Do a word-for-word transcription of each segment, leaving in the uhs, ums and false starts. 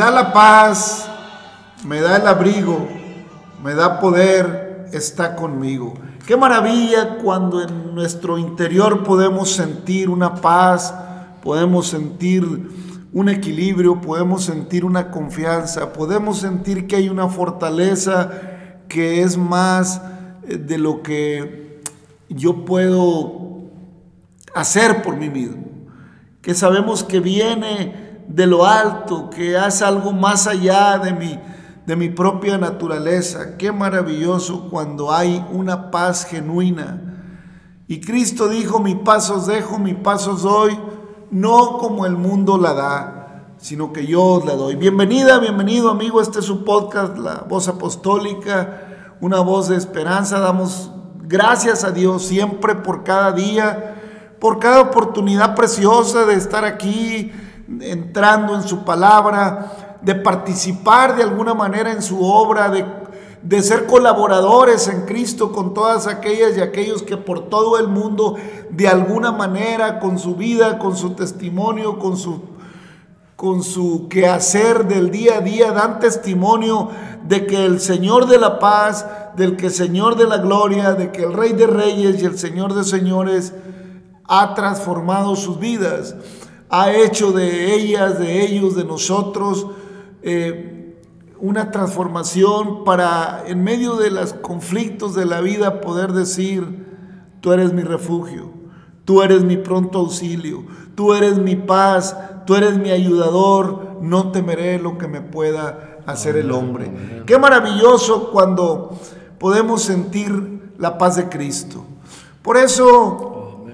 da la paz, me da el abrigo, me da poder, está conmigo. Qué maravilla cuando en nuestro interior podemos sentir una paz, podemos sentir un equilibrio, podemos sentir una confianza, podemos sentir que hay una fortaleza que es más de lo que yo puedo hacer por mí mismo, que sabemos que viene de lo alto, que hace algo más allá de mi, de mi propia naturaleza. Qué maravilloso cuando hay una paz genuina. Y Cristo dijo: mi paz os dejo, mi paz os doy, no como el mundo la da, sino que yo os la doy. Bienvenida, bienvenido amigo, este es su podcast, La Voz Apostólica, una voz de esperanza. Damos gracias a Dios siempre por cada día, por cada oportunidad preciosa de estar aquí, entrando en su palabra, de participar de alguna manera en su obra, de, de ser colaboradores en Cristo con todas aquellas y aquellos que por todo el mundo, de alguna manera, con su vida, con su testimonio, con su, con su quehacer del día a día, dan testimonio de que el Señor de la paz, del que el Señor de la gloria, de que el Rey de Reyes y el Señor de Señores ha transformado sus vidas, ha hecho de ellas, de ellos, de nosotros, eh, una transformación para, en medio de los conflictos de la vida, poder decir: tú eres mi refugio, tú eres mi pronto auxilio, tú eres mi paz, tú eres mi ayudador, no temeré lo que me pueda hacer el hombre. Qué maravilloso cuando podemos sentir la paz de Cristo. Por eso,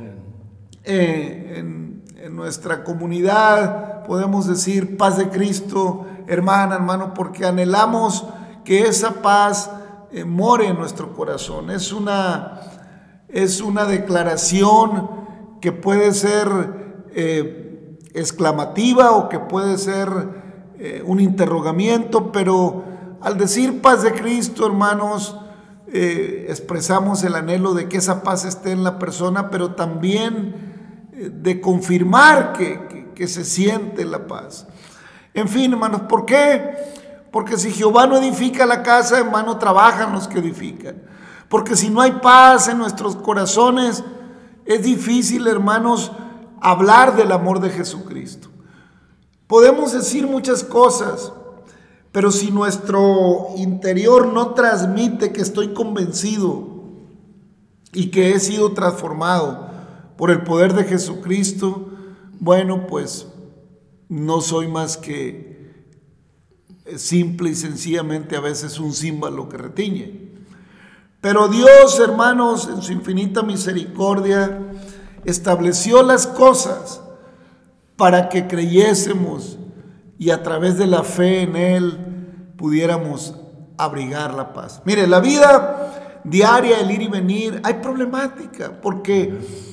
Eh, en, en nuestra comunidad podemos decir: paz de Cristo, hermana, hermano, porque anhelamos que esa paz eh, more en nuestro corazón. Es una, es una declaración que puede ser eh, exclamativa o que puede ser eh, un interrogamiento, pero al decir paz de Cristo, hermanos, eh, expresamos el anhelo de que esa paz esté en la persona, pero también de confirmar que, que, que se siente la paz. En fin, hermanos, ¿por qué? Porque si Jehová no edifica la casa, en vano trabajan los que edifican. Porque si no hay paz en nuestros corazones, es difícil, hermanos, hablar del amor de Jesucristo. Podemos decir muchas cosas, pero si nuestro interior no transmite que estoy convencido y que he sido transformado por el poder de Jesucristo, bueno, pues no soy más que simple y sencillamente a veces un címbalo que retiñe. Pero Dios, hermanos, en su infinita misericordia, estableció las cosas para que creyésemos y a través de la fe en Él pudiéramos abrigar la paz. Mire, la vida diaria, el ir y venir, hay problemática porque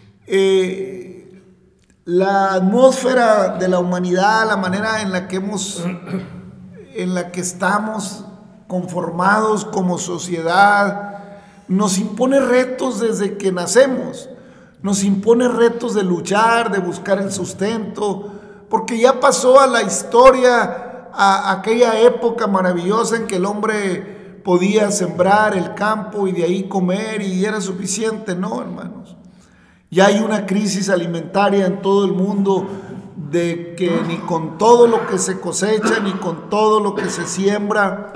Eh, la atmósfera de la humanidad, la manera en la que hemos, en la que estamos conformados como sociedad, nos impone retos desde que nacemos, nos impone retos de luchar, de buscar el sustento, porque ya pasó a la historia, a aquella época maravillosa en que el hombre podía sembrar el campo y de ahí comer y era suficiente. No, hermanos. Ya hay una crisis alimentaria en todo el mundo, de que ni con todo lo que se cosecha, ni con todo lo que se siembra,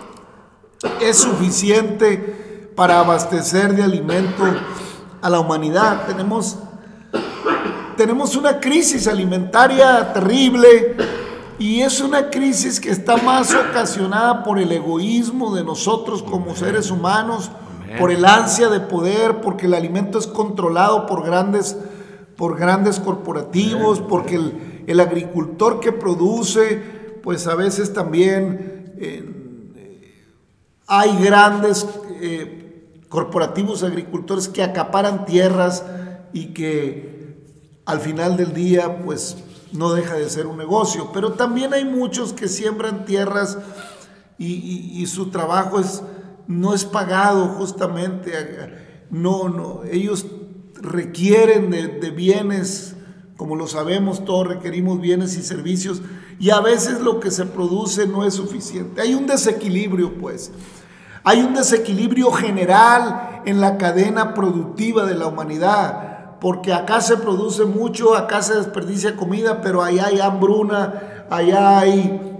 es suficiente para abastecer de alimento a la humanidad. Tenemos, tenemos una crisis alimentaria terrible, y es una crisis que está más ocasionada por el egoísmo de nosotros como seres humanos, por el ansia de poder, porque el alimento es controlado por grandes, por grandes corporativos, porque el, el agricultor que produce, pues a veces también eh, hay grandes eh, corporativos agricultores que acaparan tierras y que al final del día pues no deja de ser un negocio. Pero también hay muchos que siembran tierras y, y, y su trabajo es no es pagado justamente, no, no, ellos requieren de, de bienes, como lo sabemos, todos requerimos bienes y servicios, y a veces lo que se produce no es suficiente. Hay un desequilibrio, pues. Hay un desequilibrio general en la cadena productiva de la humanidad, porque acá se produce mucho, acá se desperdicia comida, pero allá hay hambruna, allá hay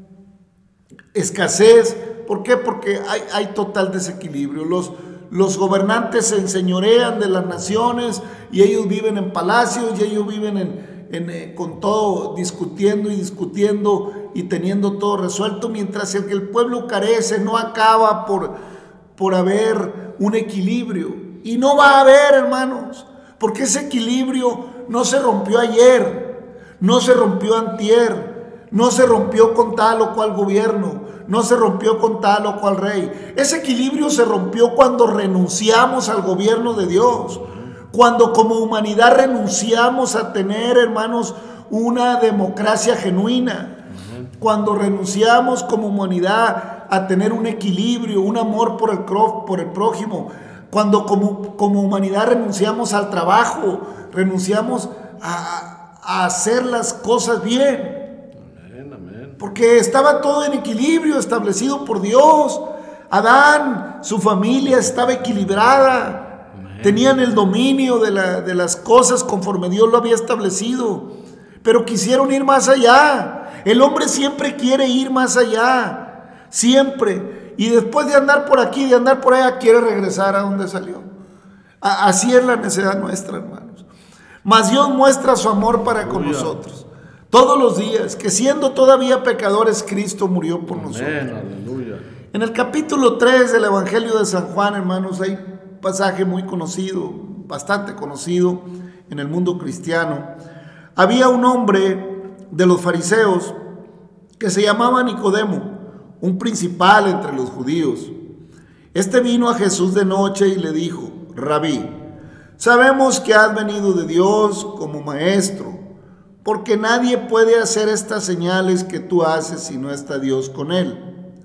escasez. ¿Por qué? Porque hay, hay total desequilibrio. Los, los gobernantes se enseñorean de las naciones y ellos viven en palacios y ellos viven en, en, eh, con todo discutiendo y discutiendo y teniendo todo resuelto, mientras el que el pueblo carece, no acaba por, por haber un equilibrio. Y no va a haber, hermanos, porque ese equilibrio no se rompió ayer, no se rompió antier, no se rompió con tal o cual gobierno, no se rompió con tal o cual rey. Ese equilibrio se rompió cuando renunciamos al gobierno de Dios, cuando como humanidad renunciamos a tener, hermanos, una democracia genuina, cuando renunciamos como humanidad a tener un equilibrio, un amor por el, por el prójimo, cuando como, como humanidad renunciamos al trabajo, renunciamos a, a hacer las cosas bien. Amén, amén. Porque estaba todo en equilibrio, establecido por Dios. Adán, su familia estaba equilibrada. Amén. Tenían el dominio de, la, de las cosas conforme Dios lo había establecido. Pero quisieron ir más allá. El hombre siempre quiere ir más allá, siempre. Y después de andar por aquí, de andar por allá, quiere regresar a donde salió. A, así es la necesidad nuestra, hermanos. Mas Dios muestra su amor para Aleluya. Con nosotros. Todos los días, que siendo todavía pecadores, Cristo murió por Amén, nosotros. Aleluya. En el capítulo tres del Evangelio de San Juan, hermanos, hay un pasaje muy conocido, bastante conocido en el mundo cristiano. Había un hombre de los fariseos que se llamaba Nicodemo, un principal entre los judíos. Este vino a Jesús de noche y le dijo: Rabí, sabemos que has venido de Dios como maestro, porque nadie puede hacer estas señales que tú haces si no está Dios con él.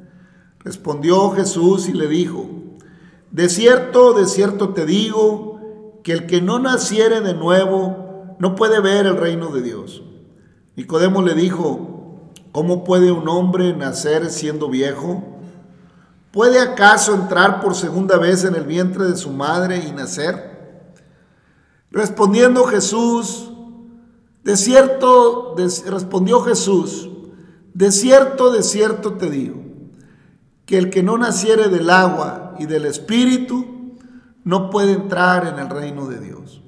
Respondió Jesús y le dijo: de cierto, de cierto te digo, que el que no naciere de nuevo no puede ver el reino de Dios. Nicodemo le dijo: ¿cómo puede un hombre nacer siendo viejo? ¿Puede acaso entrar por segunda vez en el vientre de su madre y nacer? Respondiendo Jesús, de cierto, de, respondió Jesús, de cierto, de cierto te digo, que el que no naciere del agua y del Espíritu no puede entrar en el reino de Dios.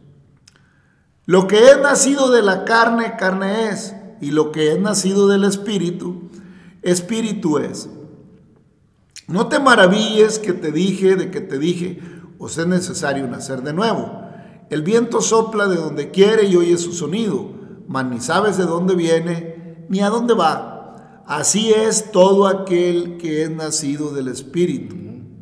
Lo que es nacido de la carne, carne es, y lo que es nacido del Espíritu, Espíritu es. No te maravilles que te dije, de que te dije, os es necesario nacer de nuevo. El viento sopla de donde quiere y oye su sonido, mas ni sabes de dónde viene, ni a dónde va. Así es todo aquel que es nacido del Espíritu.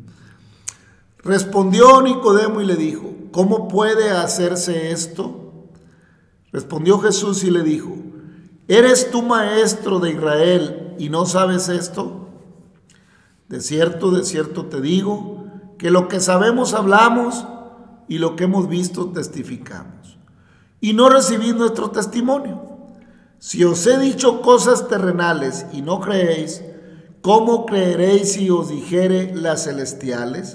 Respondió Nicodemo y le dijo: ¿cómo puede hacerse esto? Respondió Jesús y le dijo: ¿eres tú maestro de Israel y no sabes esto? De cierto, de cierto te digo, que lo que sabemos hablamos y lo que hemos visto testificamos, y no recibid nuestro testimonio. Si os he dicho cosas terrenales y no creéis, ¿cómo creeréis si os dijere las celestiales?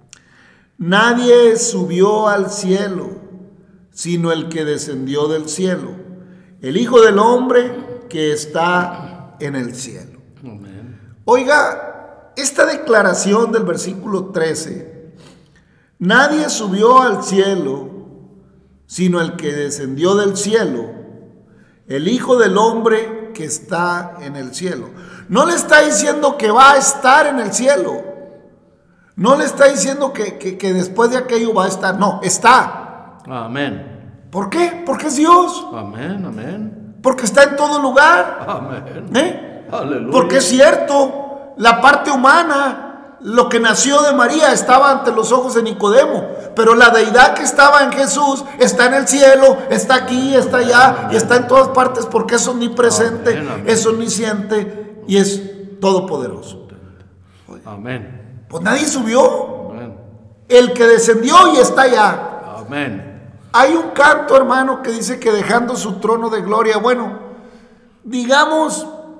Nadie subió al cielo, sino el que descendió del cielo, el Hijo del Hombre que está en el cielo. Amén. Oiga, esta declaración del versículo trece, nadie subió al cielo, sino el que descendió del cielo, el Hijo del Hombre que está en el cielo. No le está diciendo que va a estar en el cielo, no le está diciendo que, que, que después de aquello va a estar, no, está. Amén. ¿Por qué? Porque es Dios. Amén, amén. Porque está en todo lugar. Amén. ¿Eh? Aleluya. Porque es cierto, la parte humana, lo que nació de María, estaba ante los ojos de Nicodemo, pero la deidad que estaba en Jesús está en el cielo, está aquí, está allá, y está en todas partes, porque es omnipresente, amén, amén. Es omnisciente y es todopoderoso. Amén. Pues nadie subió. Amén. El que descendió y está allá. Amén. Hay un canto, hermano, que dice que dejando su trono de gloria, bueno, digamos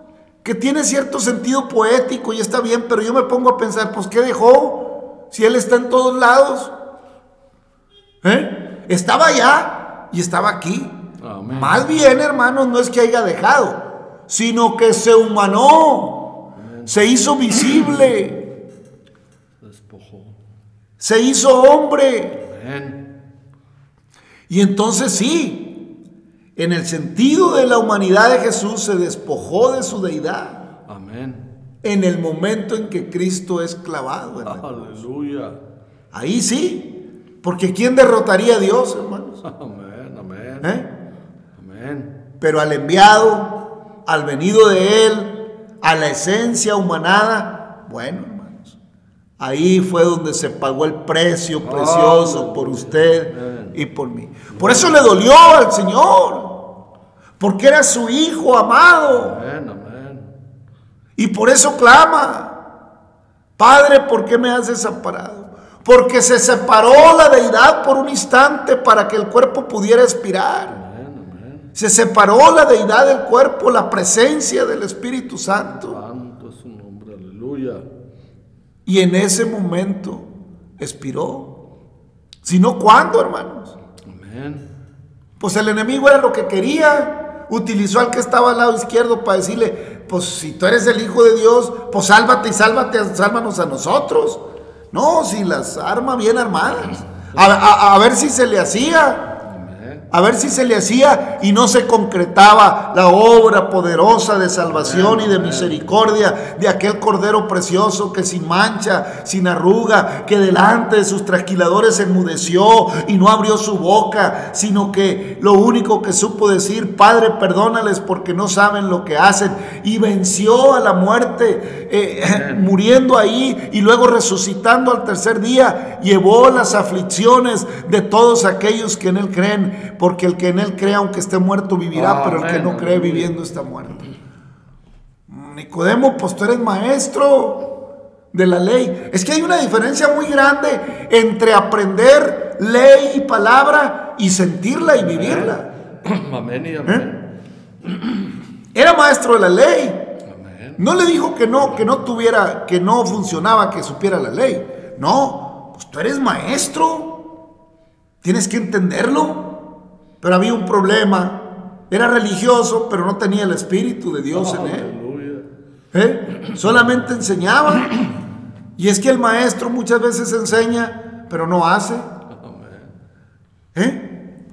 que tiene cierto sentido poético y está bien, pero yo me pongo a pensar, pues ¿qué dejó? Si Él está en todos lados. ¿Eh? Estaba allá y estaba aquí. Amén. Más bien, hermanos, no es que haya dejado, sino que se humanó, Amén. Se hizo visible, Despojó. Se hizo hombre. Amén. Y entonces sí, en el sentido de la humanidad de Jesús se despojó de su deidad. Amén. En el momento en que Cristo es clavado. Aleluya. Ahí sí, porque ¿quién derrotaría a Dios, hermanos? Amén, amén. ¿Eh? Amén. Pero al enviado, al venido de Él, a la esencia humanada, bueno, hermanos, ahí fue donde se pagó el precio precioso Aleluya. Por usted Amén. Y por mí. Por eso le dolió al Señor, porque era su Hijo amado. Amén, amén. Y por eso clama: Padre, ¿por qué me has desamparado? Porque se separó la deidad por un instante para que el cuerpo pudiera expirar. Amén, amén. Se separó la deidad del cuerpo, la presencia del Espíritu Santo. Santo es su nombre, aleluya. Y en ese momento expiró. Si no, ¿cuándo, hermanos? Amén. Pues el enemigo era lo que quería. Utilizó al que estaba al lado izquierdo para decirle: pues si tú eres el Hijo de Dios, pues sálvate y sálvate, sálvanos a nosotros. No, si las arma bien armadas. A, a, a ver si se le hacía. A ver si se le hacía y no se concretaba la obra poderosa de salvación y de misericordia de aquel Cordero precioso que sin mancha, sin arruga, que delante de sus trasquiladores enmudeció y no abrió su boca, sino que lo único que supo decir: Padre, perdónales porque no saben lo que hacen, y venció a la muerte, eh, muriendo ahí y luego resucitando al tercer día. Llevó las aflicciones de todos aquellos que en Él creen, porque el que en Él cree, aunque esté muerto, vivirá, oh, pero el que no cree viviendo está muerto. Nicodemo, pues tú eres maestro de la ley. Es que hay una diferencia muy grande entre aprender ley y palabra y sentirla y vivirla. Amén y amén. ¿Eh? Era maestro de la ley. Amén. No le dijo que no, que no tuviera, que no funcionaba, que supiera la ley. No, pues tú eres maestro. Tienes que entenderlo. Pero había un problema: era religioso, pero no tenía el Espíritu de Dios oh, en él. ¿Eh? Solamente enseñaba. Y es que el maestro muchas veces enseña, pero no hace. ¿Eh?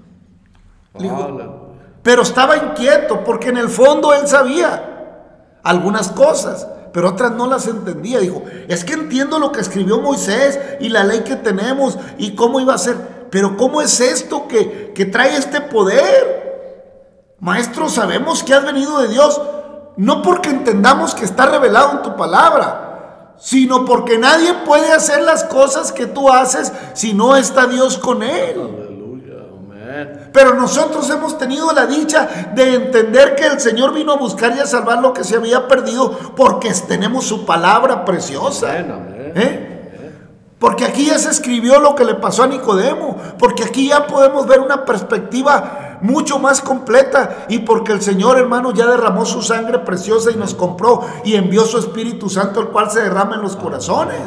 Dijo, pero estaba inquieto, porque en el fondo él sabía algunas cosas, pero otras no las entendía. Dijo: es que entiendo lo que escribió Moisés y la ley que tenemos y cómo iba a ser. Pero ¿cómo es esto que, que trae este poder? Maestro, sabemos que has venido de Dios, no porque entendamos que está revelado en tu palabra, sino porque nadie puede hacer las cosas que tú haces si no está Dios con él. Aleluya, amén. Pero nosotros hemos tenido la dicha de entender que el Señor vino a buscar y a salvar lo que se había perdido, porque tenemos su palabra preciosa. Amén, amén. ¿Eh? Porque aquí ya se escribió lo que le pasó a Nicodemo, porque aquí ya podemos ver una perspectiva mucho más completa, y porque el Señor, hermano, ya derramó su sangre preciosa y nos compró y envió su Espíritu Santo, el cual se derrama en los corazones.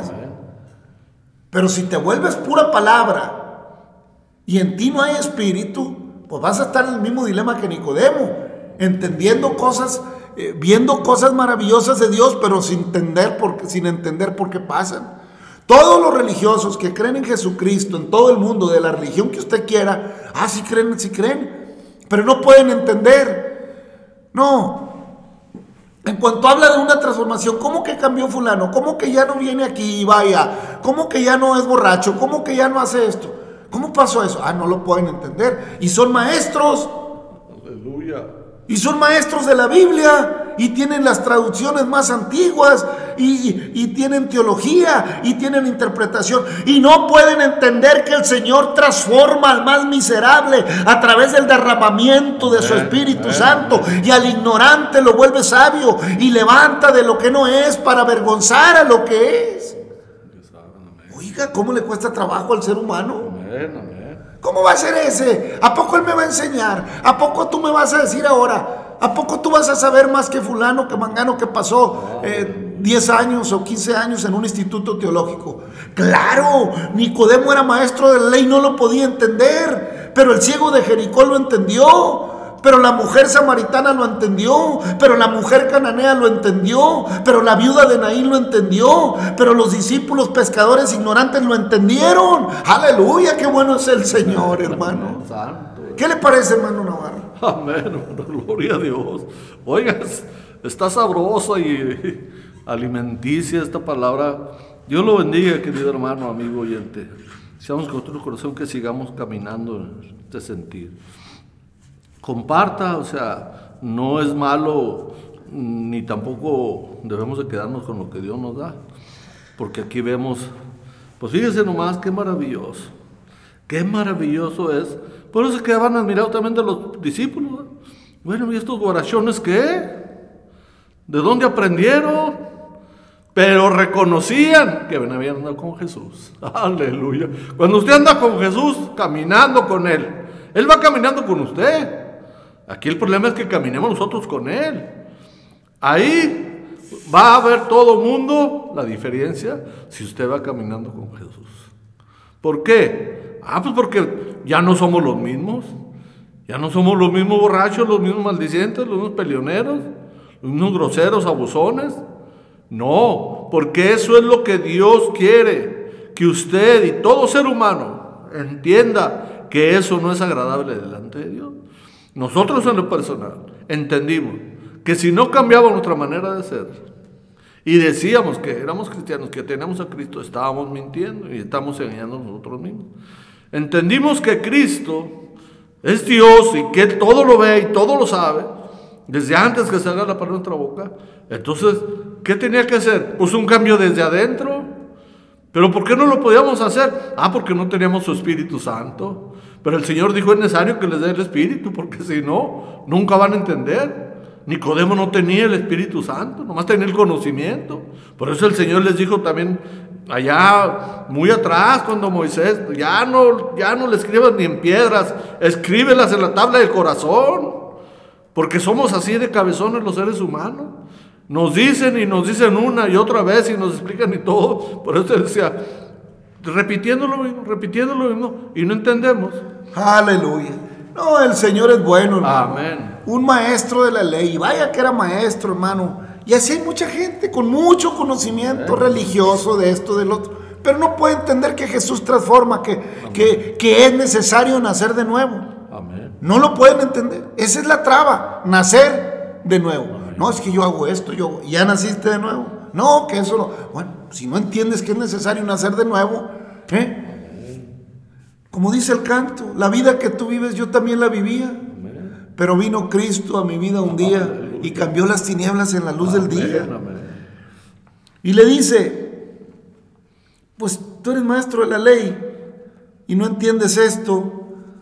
Pero si te vuelves pura palabra y en ti no hay espíritu, pues vas a estar en el mismo dilema que Nicodemo, entendiendo cosas, eh, viendo cosas maravillosas de Dios, pero sin entender por qué, sin entender por qué pasan. Todos los religiosos que creen en Jesucristo, en todo el mundo, de la religión que usted quiera, ah, sí creen, sí creen, pero no pueden entender. No. En cuanto habla de una transformación, ¿cómo que cambió fulano? ¿Cómo que ya no viene aquí y vaya? ¿Cómo que ya no es borracho? ¿Cómo que ya no hace esto? ¿Cómo pasó eso? Ah, no lo pueden entender. Y son maestros. Aleluya. Y son maestros de la Biblia, y tienen las traducciones más antiguas, y, y, y tienen teología, y tienen interpretación, y no pueden entender que el Señor transforma al más miserable a través del derramamiento de su Espíritu Santo, y al ignorante lo vuelve sabio, y levanta de lo que no es para avergonzar a lo que es. Oiga, ¿cómo le cuesta trabajo al ser humano? Amén, amén. ¿Cómo va a ser ese? ¿A poco él me va a enseñar? ¿A poco tú me vas a decir ahora? ¿A poco tú vas a saber más que fulano, que mangano, que pasó eh, diez años o quince años en un instituto teológico? Claro, Nicodemo era maestro de la ley, no lo podía entender, pero el ciego de Jericó lo entendió. Pero la mujer samaritana lo entendió, pero la mujer cananea lo entendió, pero la viuda de Naín lo entendió, pero los discípulos pescadores ignorantes lo entendieron. Aleluya, qué bueno es el Señor, hermano. ¿Qué le parece, hermano Navarro? Amén, hermano, gloria a Dios. Oiga, está sabrosa y alimenticia esta palabra. Dios lo bendiga, querido hermano, amigo oyente. Seamos con otro corazón que sigamos caminando en este sentido. Comparta, o sea, no es malo, ni tampoco debemos de quedarnos con lo que Dios nos da, porque aquí vemos, pues fíjese nomás qué maravilloso, qué maravilloso es. Por eso es que van admirados también de los discípulos, ¿no? Bueno, ¿y estos guarachones qué? ¿De dónde aprendieron? Pero reconocían que habían andado con Jesús. Aleluya. Cuando usted anda con Jesús, caminando con Él, Él va caminando con usted. Aquí el problema es que caminemos nosotros con Él. Ahí va a ver todo el mundo la diferencia si usted va caminando con Jesús. ¿Por qué? Ah, pues porque ya no somos los mismos. Ya no somos los mismos borrachos, los mismos maldicientes, los mismos peleoneros, los mismos groseros, abusones. No, porque eso es lo que Dios quiere, que usted y todo ser humano entienda que eso no es agradable delante de Dios. Nosotros en lo personal entendimos que si no cambiaba nuestra manera de ser y decíamos que éramos cristianos, que teníamos a Cristo, estábamos mintiendo y estamos engañando a nosotros mismos. Entendimos que Cristo es Dios y que Él todo lo ve y todo lo sabe desde antes que salga la palabra de nuestra boca. Entonces, ¿qué tenía que hacer? Pues un cambio desde adentro. ¿Pero por qué no lo podíamos hacer? Ah, porque no teníamos su Espíritu Santo. Pero el Señor dijo, es necesario que les dé el Espíritu, porque si no, nunca van a entender. Nicodemo no tenía el Espíritu Santo, nomás tenía el conocimiento. Por eso el Señor les dijo también allá muy atrás, cuando Moisés, ya no, ya no le escribas ni en piedras, escríbelas en la tabla del corazón, porque somos así de cabezones los seres humanos. Nos dicen y nos dicen una y otra vez y nos explican y todo. Por eso decía, repitiendo lo mismo, repitiendo lo mismo y no entendemos. Aleluya. No, el Señor es bueno, hermano. Amén. Un maestro de la ley. Vaya que era maestro, hermano. Y así hay mucha gente con mucho conocimiento Amén. religioso de esto, del otro. Pero no puede entender que Jesús transforma, que, que, que es necesario nacer de nuevo. Amén. No lo pueden entender. Esa es la traba, nacer de nuevo. Amén. No, es que yo hago esto, yo ya naciste de nuevo. No, que eso no. Bueno, si no entiendes que es necesario nacer de nuevo, ¿eh? Como dice el canto, la vida que tú vives yo también la vivía. Amén. Pero vino Cristo a mi vida un día Aleluya. Y cambió las tinieblas en la luz Amén. Del día. Amén. Y le dice, pues tú eres maestro de la ley y no entiendes esto.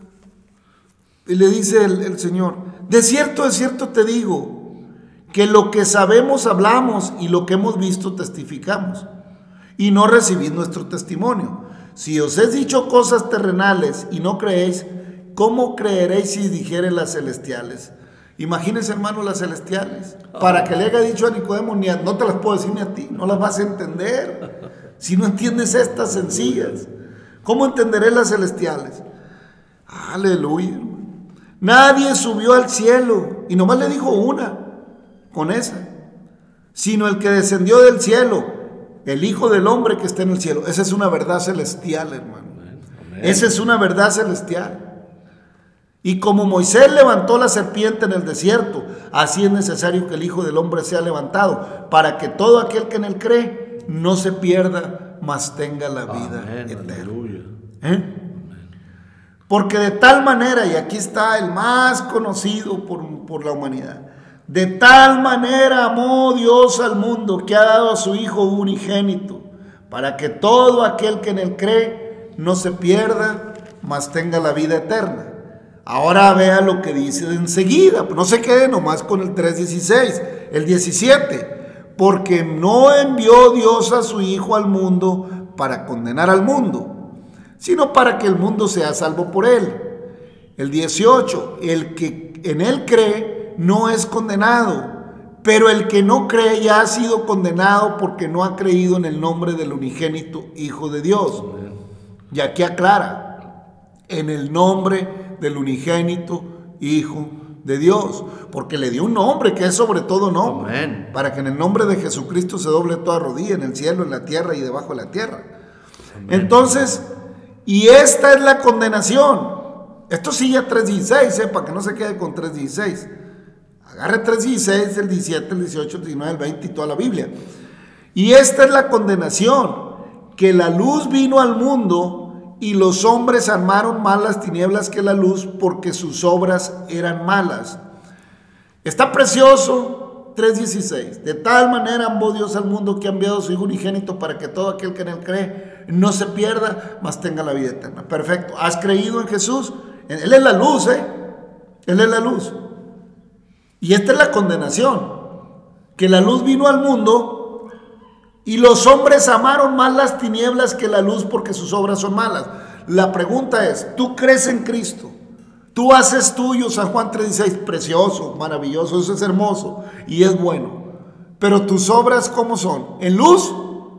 Y le dice el, el Señor, de cierto, de cierto te digo, que lo que sabemos hablamos y lo que hemos visto testificamos, y no recibís nuestro testimonio. Si os he dicho cosas terrenales y no creéis, ¿cómo creeréis si dijere las celestiales? Imagínense, hermano, las celestiales. Para que le haya dicho a Nicodemo, ni a, no te las puedo decir ni a ti, no las vas a entender si no entiendes estas sencillas. ¿Cómo entenderé las celestiales? Aleluya. Nadie subió al cielo, y nomás le dijo una, con esa, sino el que descendió del cielo, el Hijo del Hombre que está en el cielo. Esa es una verdad celestial, hermano. Amén. Amén. Esa es una verdad celestial. Y como Moisés levantó la serpiente en el desierto, así es necesario que el Hijo del Hombre sea levantado, para que todo aquel que en él cree no se pierda, mas tenga la vida Amén. Eterna. ¿Eh? Porque de tal manera, y aquí está el más conocido por, por la humanidad, de tal manera amó Dios al mundo que ha dado a su Hijo unigénito, para que todo aquel que en él cree no se pierda, mas tenga la vida eterna. Ahora vea lo que dice de enseguida, no se quede nomás con el tres dieciséis, el diecisiete, porque no envió Dios a su Hijo al mundo para condenar al mundo, sino para que el mundo sea salvo por él. El dieciocho, el que en él cree no es condenado. Pero el que no cree ya ha sido condenado porque no ha creído en el nombre del unigénito Hijo de Dios. Y aquí aclara, en el nombre del unigénito Hijo de Dios, porque le dio un nombre que es sobre todo nombre. Amén. Para que en el nombre de Jesucristo se doble toda rodilla en el cielo, en la tierra y debajo de la tierra. Amén. Entonces, y esta es la condenación. Esto sigue a tres dieciséis, eh, para que no se quede con tres dieciséis. Agarre tres dieciséis, el diecisiete, el dieciocho, el diecinueve, el veinte y toda la Biblia. Y esta es la condenación, que la luz vino al mundo y los hombres amaron más las tinieblas que la luz porque sus obras eran malas. Está precioso, tres dieciséis. De tal manera amó Dios al mundo que ha enviado a su Hijo unigénito para que todo aquel que en él cree no se pierda, mas tenga la vida eterna. Perfecto. ¿Has creído en Jesús? Él es la luz, ¿eh? Él es la luz. Y esta es la condenación, que la luz vino al mundo y los hombres amaron más las tinieblas que la luz porque sus obras son malas. La pregunta es, ¿tú crees en Cristo? Tú haces tuyo San Juan tres dieciséis, precioso, maravilloso, eso es hermoso y es bueno. Pero tus obras, ¿cómo son? ¿En luz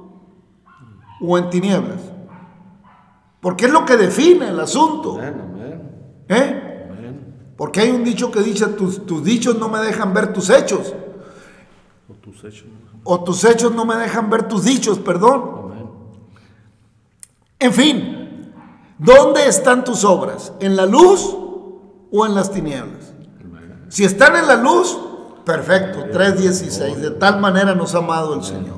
o en tinieblas? Porque es lo que define el asunto. ¿Eh? Porque hay un dicho que dice, tus, tus dichos no me dejan ver tus hechos. O tus hechos. O tus hechos no me dejan ver tus dichos, perdón. Amén. En fin, ¿dónde están tus obras? ¿En la luz o en las tinieblas? Amén. Si están en la luz, perfecto, tres dieciséis, de tal manera nos ha amado el Señor.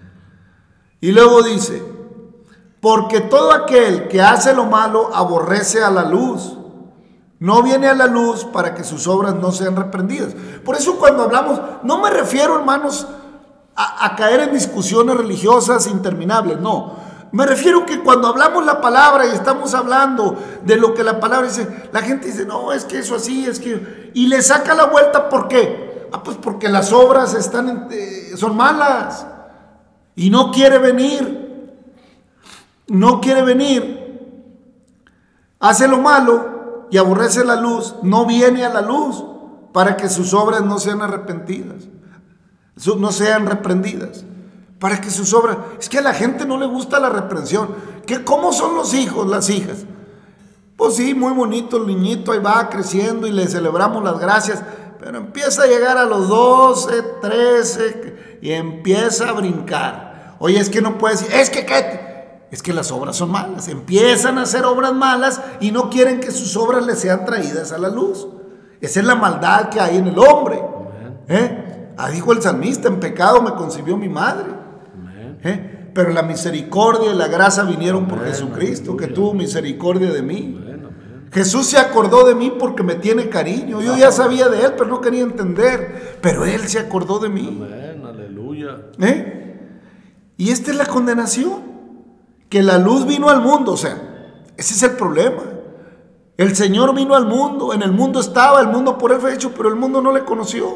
Y luego dice, porque todo aquel que hace lo malo aborrece a la luz. No viene a la luz para que sus obras no sean reprendidas. Por eso cuando hablamos, no me refiero, hermanos, a, a caer en discusiones religiosas interminables, no. Me refiero que cuando hablamos la palabra y estamos hablando de lo que la palabra dice, la gente dice, no, es que eso así, es que... Y le saca la vuelta, ¿por qué? Ah, pues porque las obras están, eh, son malas. Y no quiere venir. No quiere venir. Hace lo malo y aborrece la luz, no viene a la luz para que sus obras no sean arrepentidas, no sean reprendidas, para que sus obras, es que a la gente no le gusta la reprensión. ¿Qué, ¿Cómo son los hijos, las hijas? Pues sí, muy bonito el niñito, ahí va creciendo y le celebramos las gracias, pero empieza a llegar a los doce, trece y empieza a brincar. Oye, es que no puede decir, es que ¿qué? Es que las obras son malas, empiezan a hacer obras malas y no quieren que sus obras les sean traídas a la luz. Esa es la maldad que hay en el hombre. ¿Eh? Ah, dijo el salmista, en pecado me concibió mi madre. ¿Eh? Pero la misericordia y la gracia vinieron por Jesucristo, que tuvo misericordia de mí. Jesús se acordó de mí porque me tiene cariño. Yo ya sabía de él, pero no quería entender. Pero él se acordó de mí. Amén, aleluya. ¿Eh? Y esta es la condenación. Que la luz vino al mundo, o sea, ese es el problema. El Señor vino al mundo, en el mundo estaba, el mundo por él fue hecho, pero el mundo no le conoció.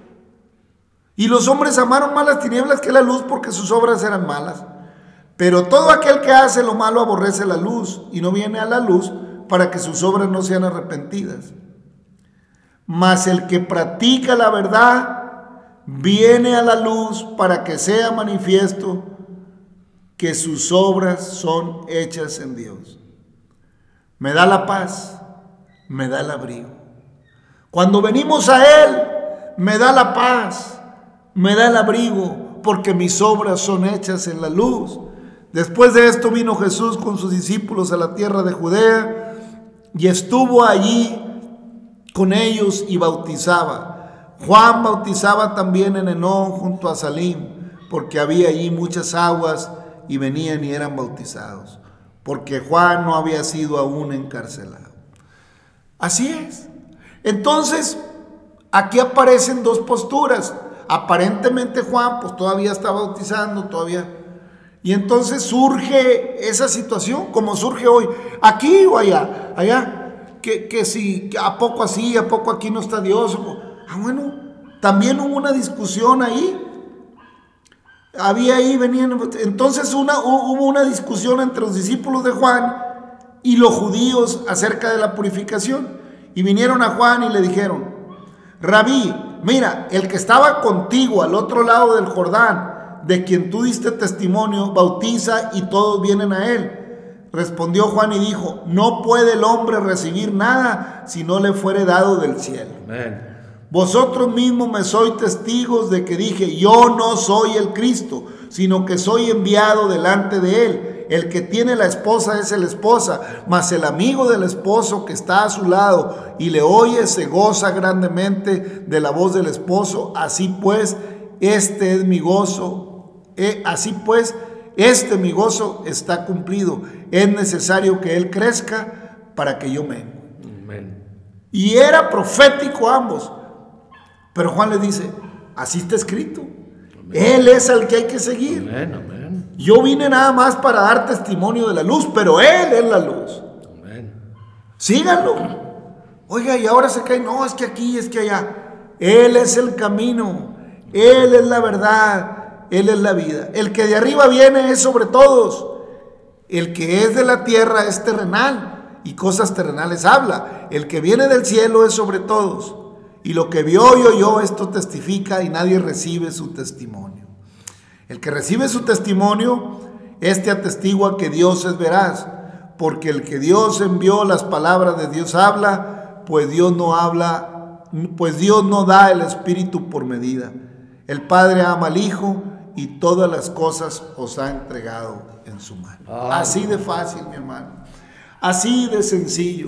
Y los hombres amaron más las tinieblas que la luz porque sus obras eran malas. Pero todo aquel que hace lo malo aborrece la luz y no viene a la luz para que sus obras no sean arrepentidas. Mas el que practica la verdad viene a la luz para que sea manifiesto que sus obras son hechas en Dios. Me da la paz, me da el abrigo. Cuando venimos a Él, me da la paz, me da el abrigo, porque mis obras son hechas en la luz. Después de esto vino Jesús con sus discípulos a la tierra de Judea y estuvo allí con ellos y bautizaba. Juan bautizaba también en Enón junto a Salim, porque había allí muchas aguas y venían y eran bautizados, porque Juan no había sido aún encarcelado. Así es. Entonces, aquí aparecen dos posturas. Aparentemente Juan pues todavía está bautizando, todavía. Y entonces surge esa situación, como surge hoy, aquí o allá, allá, que, que si a poco así, a poco aquí no está Dios. Ah, bueno, también hubo una discusión ahí. Había ahí, venían, entonces una, hubo una discusión entre los discípulos de Juan y los judíos acerca de la purificación. Y vinieron a Juan y le dijeron, Rabí, mira, el que estaba contigo al otro lado del Jordán, de quien tú diste testimonio, bautiza y todos vienen a él. Respondió Juan y dijo, no puede el hombre recibir nada si no le fuere dado del cielo. Amén. Vosotros mismos me sois testigos de que dije, yo no soy el Cristo, sino que soy enviado delante de él. El que tiene la esposa es el esposa, mas el amigo del esposo que está a su lado y le oye se goza grandemente de la voz del esposo. Así pues, este es mi gozo. Eh, así pues, este mi gozo está cumplido. Es necesario que él crezca para que yo mengue. Amén. Y era profético ambos. Pero Juan le dice, así está escrito. Amén. Él es al que hay que seguir. Amén, amén. Yo vine nada más para dar testimonio de la luz, pero Él es la luz. Amén. Síganlo. Oiga, y ahora se cae, no, es que aquí, es que allá. Él es el camino, Él es la verdad, Él es la vida. El que de arriba viene es sobre todos. El que es de la tierra es terrenal y cosas terrenales habla. El que viene del cielo es sobre todos. Y lo que vio y oyó, esto testifica y nadie recibe su testimonio. El que recibe su testimonio, este atestigua que Dios es veraz, porque el que Dios envió, las palabras de Dios habla, pues Dios no habla, pues Dios no da el Espíritu por medida. El Padre ama al Hijo y todas las cosas os ha entregado en su mano. Ah, así de fácil, mi hermano. Así de sencillo.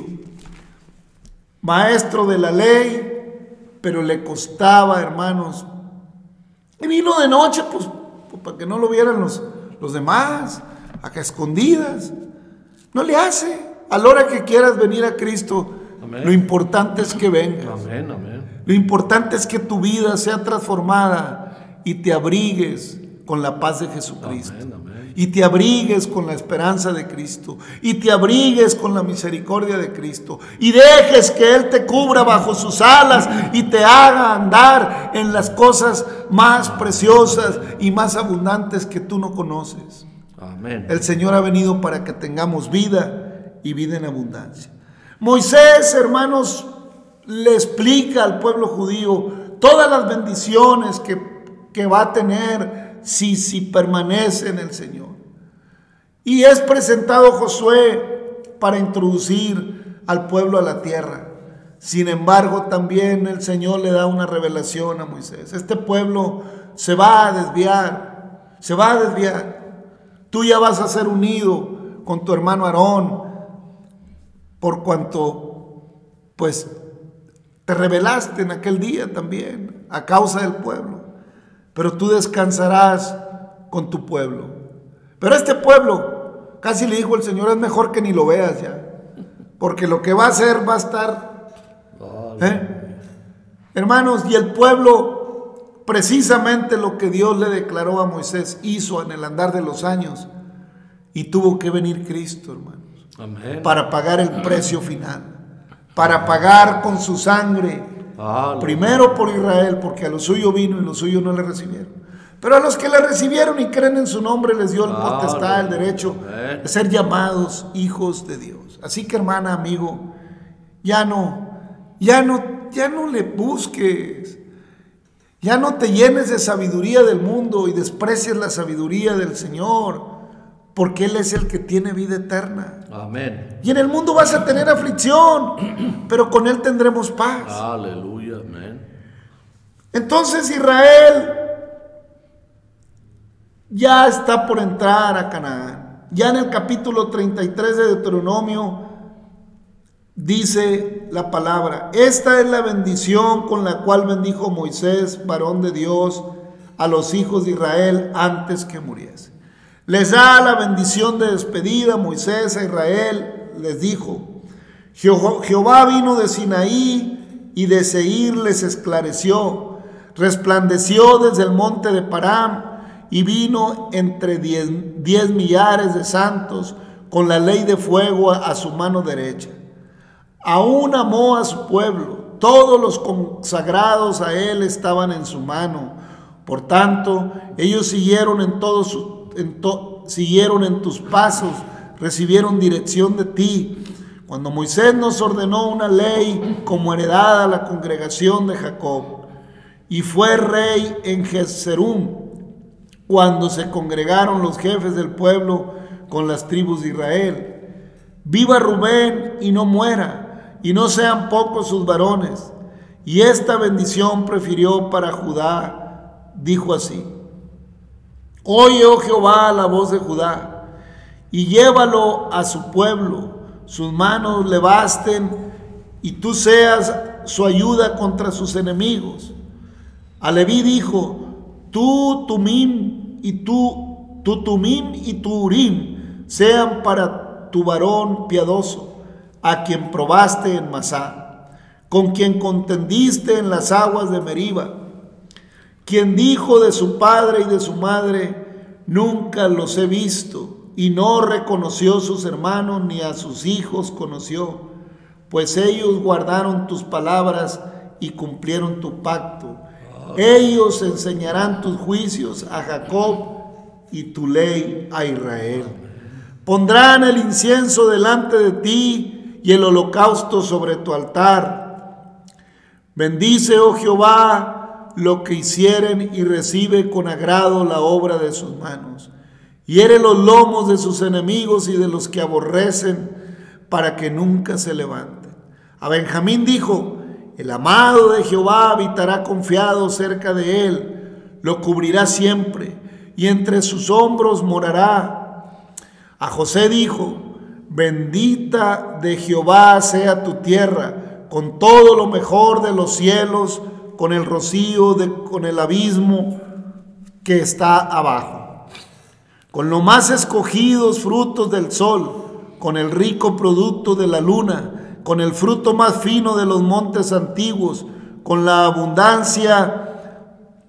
Maestro de la ley, pero le costaba, hermanos. Y vino de noche, pues, pues para que no lo vieran los, los demás, acá escondidas. No le hace. A la hora que quieras venir a Cristo, amén, lo importante es que vengas. Amén, amén. Lo importante es que tu vida sea transformada y te abrigues con la paz de Jesucristo. Amén, amén. Y te abrigues con la esperanza de Cristo. Y te abrigues con la misericordia de Cristo. Y dejes que Él te cubra bajo sus alas y te haga andar en las cosas más preciosas y más abundantes que tú no conoces. Amén. El Señor ha venido para que tengamos vida y vida en abundancia. Moisés, hermanos, le explica al pueblo judío todas las bendiciones que, que va a tener si, si permanece en el Señor. Y es presentado Josué para introducir al pueblo a la tierra. Sin embargo, también el Señor le da una revelación a Moisés. Este pueblo se va a desviar, se va a desviar. Tú ya vas a ser unido con tu hermano Aarón, por cuanto, pues, te rebelaste en aquel día también, a causa del pueblo. Pero tú descansarás con tu pueblo. Pero este pueblo, casi le dijo el Señor, es mejor que ni lo veas ya, porque lo que va a hacer va a estar, ¿eh? Hermanos, y el pueblo, precisamente lo que Dios le declaró a Moisés, hizo en el andar de los años, y tuvo que venir Cristo, hermanos, amén, para pagar el precio final, para pagar con su sangre, ah, primero por Israel, porque a lo suyo vino y los suyos no le recibieron. Pero a los que le recibieron y creen en su nombre les dio el potestad, el derecho de ser llamados hijos de Dios. Así que, hermana, amigo, ya no, ya no, ya no le busques, ya no te llenes de sabiduría del mundo y desprecies la sabiduría del Señor, porque Él es el que tiene vida eterna. Amén. Y en el mundo vas a tener aflicción, pero con Él tendremos paz. Aleluya, amén. Entonces Israel ya está por entrar a Canaán. Ya en el capítulo treinta y tres de Deuteronomio dice la palabra: esta es la bendición con la cual bendijo Moisés, varón de Dios, a los hijos de Israel antes que muriese. Les da la bendición de despedida. Moisés a Israel les dijo: Jehová vino de Sinaí y de Seir les esclareció, resplandeció desde el monte de Param y vino entre diez, diez millares de santos con la ley de fuego a, a su mano derecha. Aún amó a su pueblo, todos los consagrados a él estaban en su mano. Por tanto, ellos siguieron en todo su En to, siguieron en tus pasos, recibieron dirección de ti. cuando Moisés nos ordenó una ley como heredad a la congregación de Jacob, y fue rey en Jezreún, cuando se congregaron los jefes del pueblo con las tribus de Israel. Viva Rubén y no muera, y no sean pocos sus varones. Y esta bendición prefirió para Judá, dijo así: Oye, oh Jehová, la voz de Judá, y llévalo a su pueblo, sus manos le basten, y tú seas su ayuda contra sus enemigos. A Leví dijo: Tú, Tumim, y tú, tu Tumim y tu Urim, sean para tu varón piadoso, a quien probaste en Masá, con quien contendiste en las aguas de Meriba, quien dijo de su padre y de su madre: Nunca los he visto, y no reconoció sus hermanos ni a sus hijos conoció, pues ellos guardaron tus palabras y cumplieron tu pacto. Ellos enseñarán tus juicios a Jacob y tu ley a Israel. Pondrán el incienso delante de ti y el holocausto sobre tu altar. Bendice, oh Jehová, lo que hicieren, y recibe con agrado la obra de sus manos. Hiere los lomos de sus enemigos y de los que aborrecen, para que nunca se levanten. A Benjamín dijo: El amado de Jehová habitará confiado cerca de él, lo cubrirá siempre, y entre sus hombros morará. A José dijo: Bendita de Jehová sea tu tierra, con todo lo mejor de los cielos, con el rocío, de, con el abismo que está abajo, con los más escogidos frutos del sol, con el rico producto de la luna, con el fruto más fino de los montes antiguos, con la abundancia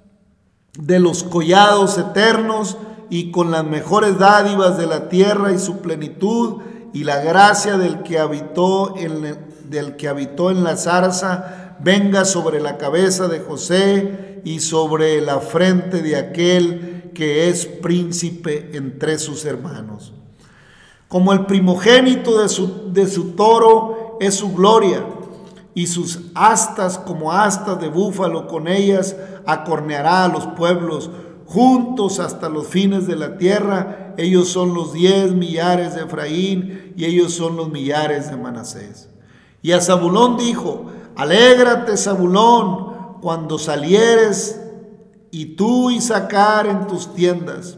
de los collados eternos, y con las mejores dádivas de la tierra y su plenitud, y la gracia del que habitó en, del que habitó en la zarza venga sobre la cabeza de José y sobre la frente de aquel que es príncipe entre sus hermanos. Como el primogénito de su, de su toro es su gloria, y sus astas como astas de búfalo, con ellas acorneará a los pueblos, juntos hasta los fines de la tierra. Ellos son los diez millares de Efraín, y ellos son los millares de Manasés. Y a Zabulón dijo: Alégrate, Zabulón, cuando salieres, y tú Issacar en tus tiendas.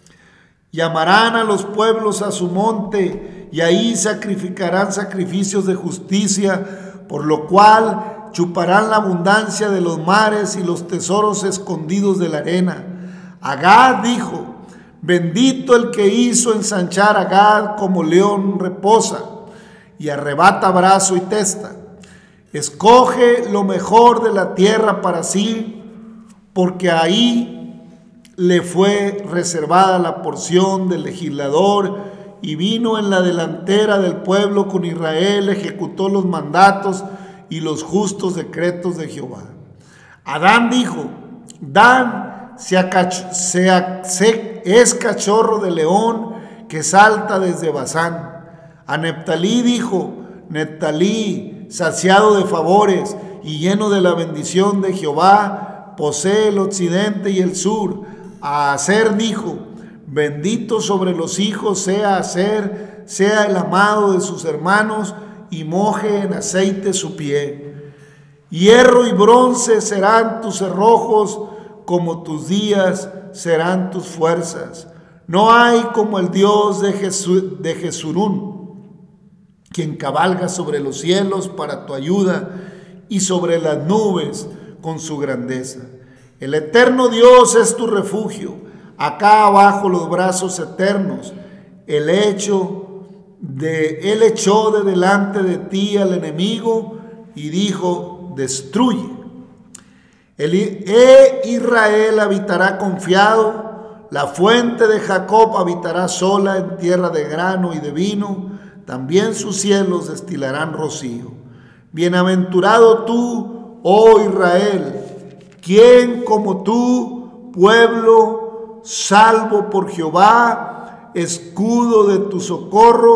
Llamarán a los pueblos a su monte, y ahí sacrificarán sacrificios de justicia, por lo cual chuparán la abundancia de los mares y los tesoros escondidos de la arena. A Gad dijo: Bendito el que hizo ensanchar a Gad como león reposa, y arrebata brazo y testa. Escoge lo mejor de la tierra para sí, porque ahí le fue reservada la porción del legislador, y vino en la delantera del pueblo con Israel, ejecutó los mandatos y los justos decretos de Jehová. Adán dijo: Dan se, acach- se, ac- se es cachorro de león que salta desde Basán. A Neftalí dijo: Neftalí, saciado de favores y lleno de la bendición de Jehová, posee el occidente y el sur. A Aser dijo: Bendito sobre los hijos sea Aser, sea el amado de sus hermanos, y moje en aceite su pie. Hierro y bronce serán tus cerrojos, como tus días serán tus fuerzas. No hay como el Dios de, Jesu, de Jesurún, quien cabalga sobre los cielos para tu ayuda, y sobre las nubes con su grandeza. El eterno Dios es tu refugio. Acá abajo los brazos eternos. El hecho de, él echó de delante de ti al enemigo y dijo: Destruye. El e Israel habitará confiado. La fuente de Jacob habitará sola en tierra de grano y de vino. También sus cielos destilarán rocío. Bienaventurado tú, oh Israel. ¿Quién como tú, pueblo salvo por Jehová, escudo de tu socorro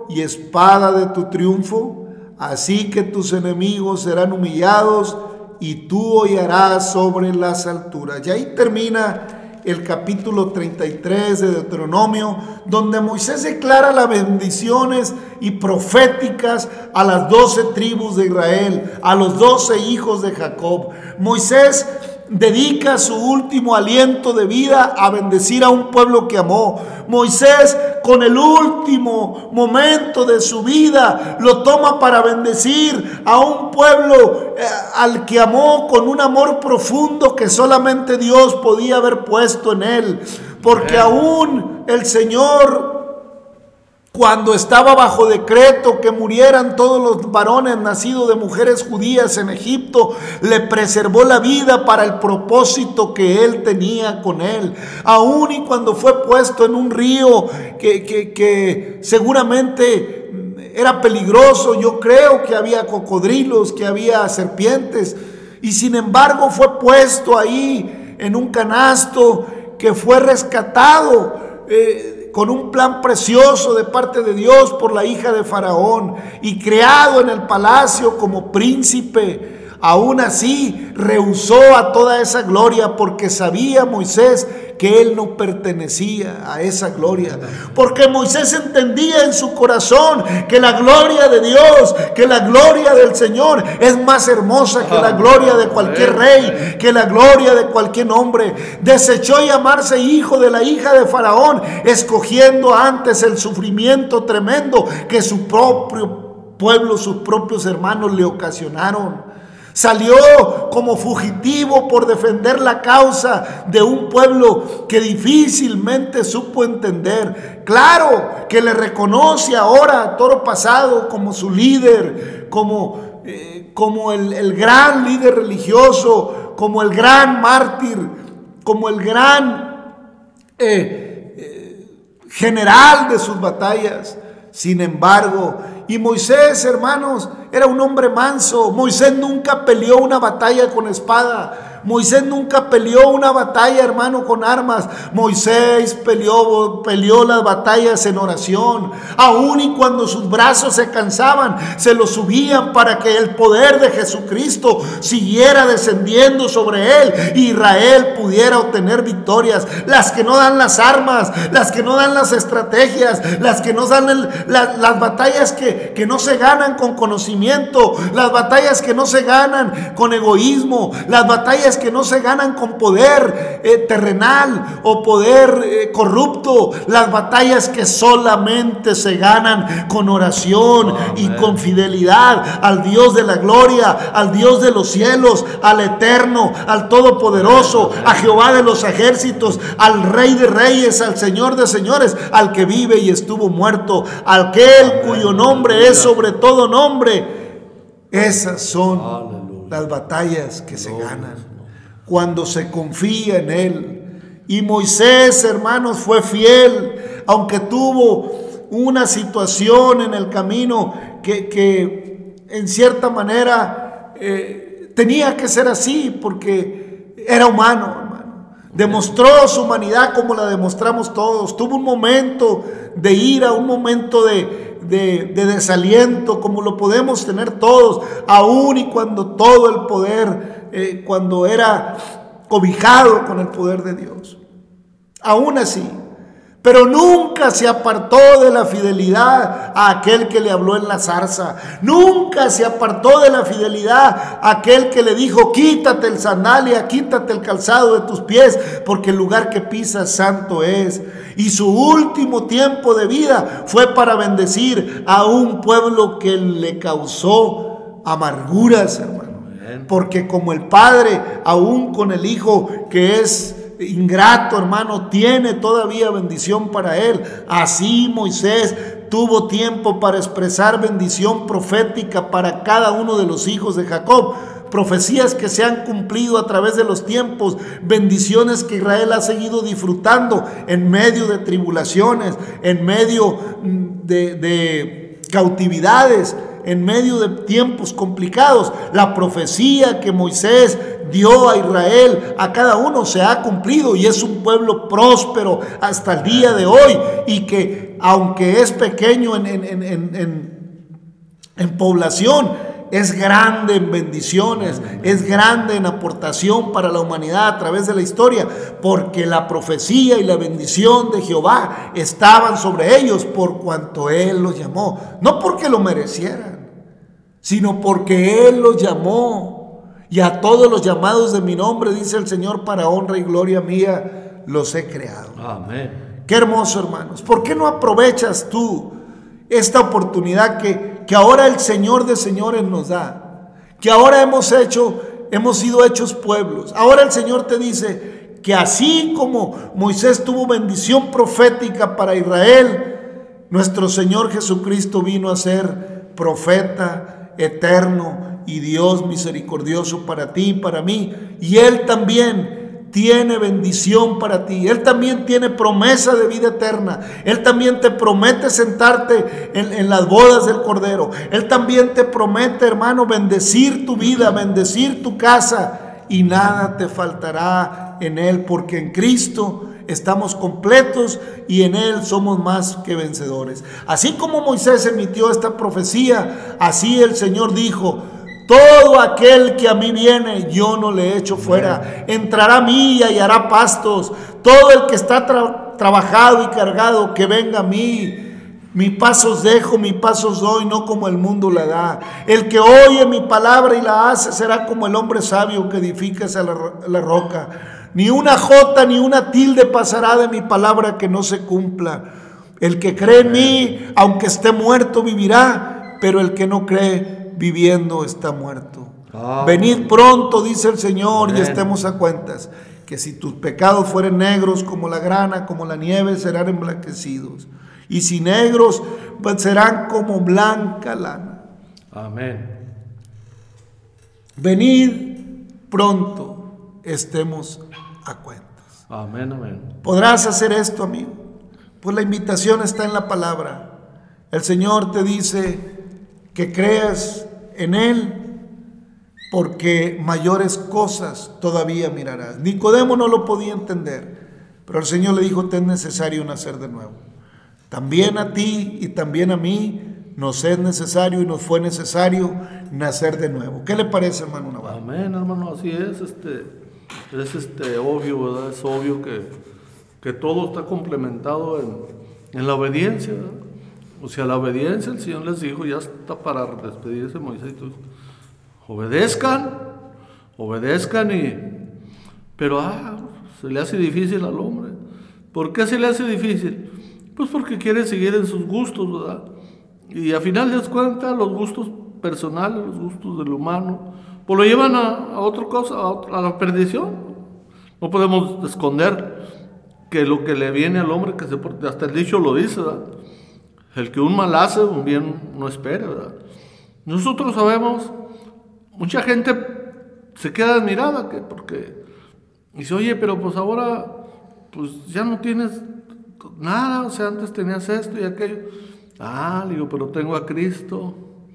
y espada de tu triunfo, así que tus enemigos serán humillados y tú hollarás sobre las alturas. Y ahí termina el capítulo treinta y tres de Deuteronomio, donde Moisés declara las bendiciones y proféticas a las doce tribus de Israel, a los doce hijos de Jacob. Moisés dedica su último aliento de vida a bendecir a un pueblo que amó. Moisés, con el último momento de su vida, lo toma para bendecir a un pueblo eh, al que amó con un amor profundo que solamente Dios podía haber puesto en él. Porque aún el Señor, cuando estaba bajo decreto que murieran todos los varones nacidos de mujeres judías en Egipto, le preservó la vida para el propósito que él tenía con él. Aún y cuando fue puesto en un río que, que, que seguramente era peligroso, yo creo que había cocodrilos, que había serpientes, y sin embargo fue puesto ahí en un canasto que fue rescatado eh, con un plan precioso de parte de Dios por la hija de Faraón y creado en el palacio como príncipe. Aún así rehusó a toda esa gloria porque sabía Moisés que él no pertenecía a esa gloria, porque Moisés entendía en su corazón que la gloria de Dios, que la gloria del Señor es más hermosa que la gloria de cualquier rey, que la gloria de cualquier hombre. Desechó llamarse hijo de la hija de Faraón, escogiendo antes el sufrimiento tremendo que su propio pueblo, sus propios hermanos le ocasionaron. Salió como fugitivo por defender la causa de un pueblo que difícilmente supo entender. Claro que le reconoce ahora, toro pasado, como su líder, como, eh, como el, el gran líder religioso, como el gran mártir, como el gran eh, eh, general de sus batallas. Sin embargo, y Moisés, hermanos, era un hombre manso. Moisés nunca peleó una batalla con espada. Moisés nunca peleó una batalla, hermano, con armas. Moisés peleó, peleó las batallas en oración. Aún y cuando sus brazos se cansaban, se los subían para que el poder de Jesucristo siguiera descendiendo sobre él. Israel pudiera obtener victorias. Las que no dan las armas, las que no dan las estrategias, las que no dan el, la, las batallas que, que no se ganan con conocimiento, las batallas que no se ganan con egoísmo, las batallas que no se ganan con poder eh, terrenal o poder eh, corrupto, las batallas que solamente se ganan con oración. Amén. Y con fidelidad al Dios de la gloria, al Dios de los cielos, al eterno, al todopoderoso, Amén. A Jehová de los ejércitos, al Rey de reyes, al Señor de señores, al que vive y estuvo muerto, al aquel cuyo nombre es sobre todo nombre. Esas son Aleluya. Las batallas que se ganan cuando se confía en él. Y Moisés, hermanos, fue fiel, aunque tuvo una situación en el camino que, que en cierta manera eh, tenía que ser así, porque era humano, hermano. Demostró su humanidad como la demostramos todos. Tuvo un momento de ira, un momento de, de, de desaliento, como lo podemos tener todos, aún y cuando todo el poder Eh, cuando era cobijado con el poder de Dios. Aún así, pero nunca se apartó de la fidelidad a aquel que le habló en la zarza. Nunca se apartó de la fidelidad a aquel que le dijo: quítate el sandalia, quítate el calzado de tus pies, porque el lugar que pisas santo es. Y su último tiempo de vida fue para bendecir a un pueblo que le causó amarguras, hermano. Porque como el padre, aún con el hijo que es ingrato, hermano, tiene todavía bendición para él. Así Moisés tuvo tiempo para expresar bendición profética para cada uno de los hijos de Jacob. Profecías que se han cumplido a través de los tiempos, bendiciones que Israel ha seguido disfrutando en medio de tribulaciones, en medio de, de cautividades, en medio de tiempos complicados. La profecía que Moisés dio a Israel, a cada uno, se ha cumplido y es un pueblo próspero hasta el día de hoy, y que aunque es pequeño en, en, en, en, en población, es grande en bendiciones, es grande en aportación para la humanidad a través de la historia, porque la profecía y la bendición de Jehová estaban sobre ellos por cuanto Él los llamó, no porque lo merecieran, sino porque Él los llamó. Y a todos los llamados de mi nombre, dice el Señor, para honra y gloria mía, los he creado. Amén. Qué hermoso, hermanos. ¿Por qué no aprovechas tú esta oportunidad que que ahora el Señor de señores nos da, que ahora hemos hecho, hemos sido hechos pueblos? Ahora el Señor te dice que así como Moisés tuvo bendición profética para Israel, nuestro Señor Jesucristo vino a ser profeta eterno y Dios misericordioso para ti y para mí, y Él también tiene bendición para ti. Él también tiene promesa de vida eterna. Él también te promete sentarte en, en las bodas del Cordero. Él también te promete, hermano, bendecir tu vida, bendecir tu casa, y nada te faltará en Él, porque en Cristo estamos completos y en Él somos más que vencedores. Así como Moisés emitió esta profecía, así el Señor dijo: todo aquel que a mí viene, yo no le echo fuera. Entrará a mí y hallará pastos. Todo el que está tra- trabajado y cargado, que venga a mí. Mi paz os dejo, mi paz os doy, no como el mundo la da. El que oye mi palabra y la hace será como el hombre sabio que edifica a la, la roca. Ni una jota ni una tilde pasará de mi palabra que no se cumpla. El que cree en mí, aunque esté muerto, vivirá, pero el que no cree, viviendo está muerto. Oh. Venid pronto, dice el Señor, Amén. Y estemos a cuentas, que si tus pecados fueren negros como la grana, como la nieve, serán emblanquecidos, y si negros, pues serán como blanca lana. Amén. Venid pronto, estemos a cuentas. Amén, amén. ¿Podrás hacer esto, amigo? Pues la invitación está en la palabra. El Señor te dice que creas en Él, porque mayores cosas todavía mirarás. Nicodemo no lo podía entender, pero el Señor le dijo: te es necesario nacer de nuevo. También a ti y también a mí nos es necesario y nos fue necesario nacer de nuevo. ¿Qué le parece, hermano Navarro? Amén, hermano, así es. Este, es este, obvio, ¿verdad? Es obvio que, que todo está complementado en, en la obediencia, ¿verdad? O sea, la obediencia, el Señor les dijo, ya está para despedirse Moisés y todos, obedezcan, obedezcan y... Pero, ah, se le hace difícil al hombre. ¿Por qué se le hace difícil? Pues porque quiere seguir en sus gustos, ¿verdad? Y a final de cuentas, los gustos personales, los gustos del humano, pues lo llevan a, a otra cosa, a, otra, a la perdición. No podemos esconder que lo que le viene al hombre, que se porte, hasta el dicho lo dice, ¿verdad? El que un mal hace, un bien no espera, ¿verdad? Nosotros sabemos, mucha gente se queda admirada, que porque dice, oye, pero pues ahora pues ya no tienes nada, o sea, antes tenías esto y aquello. Ah, le digo, pero tengo a Cristo.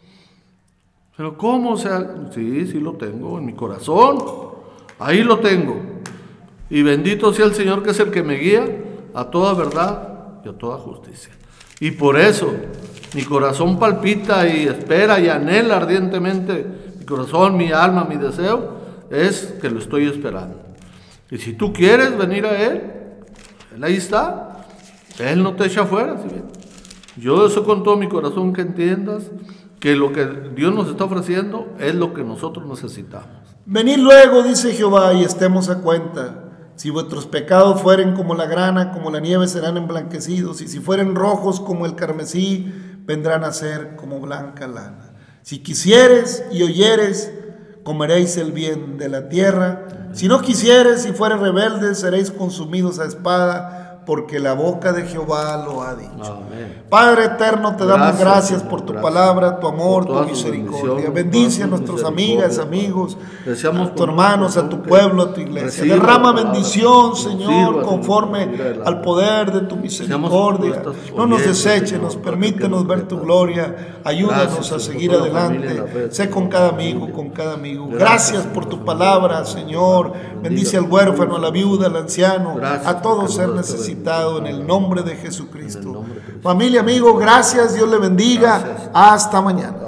Pero ¿cómo? O sea, sí, sí lo tengo en mi corazón, ahí lo tengo. Y bendito sea el Señor, que es el que me guía a toda verdad y a toda justicia. Y por eso mi corazón palpita y espera y anhela ardientemente, mi corazón, mi alma, mi deseo, es que lo estoy esperando. Y si tú quieres venir a Él, Él ahí está, Él no te echa afuera. ¿Sí? Yo deseo con todo mi corazón que entiendas que lo que Dios nos está ofreciendo es lo que nosotros necesitamos. Venid luego, dice Jehová, y estemos a cuenta. Si vuestros pecados fueren como la grana, como la nieve, serán emblanquecidos, y si fueren rojos como el carmesí, vendrán a ser como blanca lana. Si quisieres y oyeres, comeréis el bien de la tierra. Si no quisieres y fueres rebeldes, seréis consumidos a espada, porque la boca de Jehová lo ha dicho. Amén. Padre eterno, te damos Gracias, gracias Señor, por tu gracias. palabra, tu amor, Por tu todas tus misericordia. bendiciones, Bendice a todas tus nuestras amigas, misericordias, amigos, Deseamos a tus hermanos, a tu que pueblo, a tu iglesia. reciba Derrama la palabra, bendición, que nos Señor, sirva, Señor, conforme para seguir adelante. al poder de tu misericordia. Deseamos que tú No nos estás deseches, oyendo, nos Señor, permítenos para que ver tu nos gloria. Ayúdanos Gracias, a Señor, seguir por toda la familia adelante. en la fe, Sé con Señor, cada familia. amigo, con cada amigo. Gracias, Gracias por Señor, tu por palabra, tu Señor. bendiga Bendice al tu huérfano, a pueblo, la viuda, al anciano, Gracias a todo porque ser nos das esta necesitado en bendición, el Padre. nombre de En el Jesucristo. nombre de Cristo. Familia, amigo, gracias. Dios le bendiga. Gracias. Hasta mañana.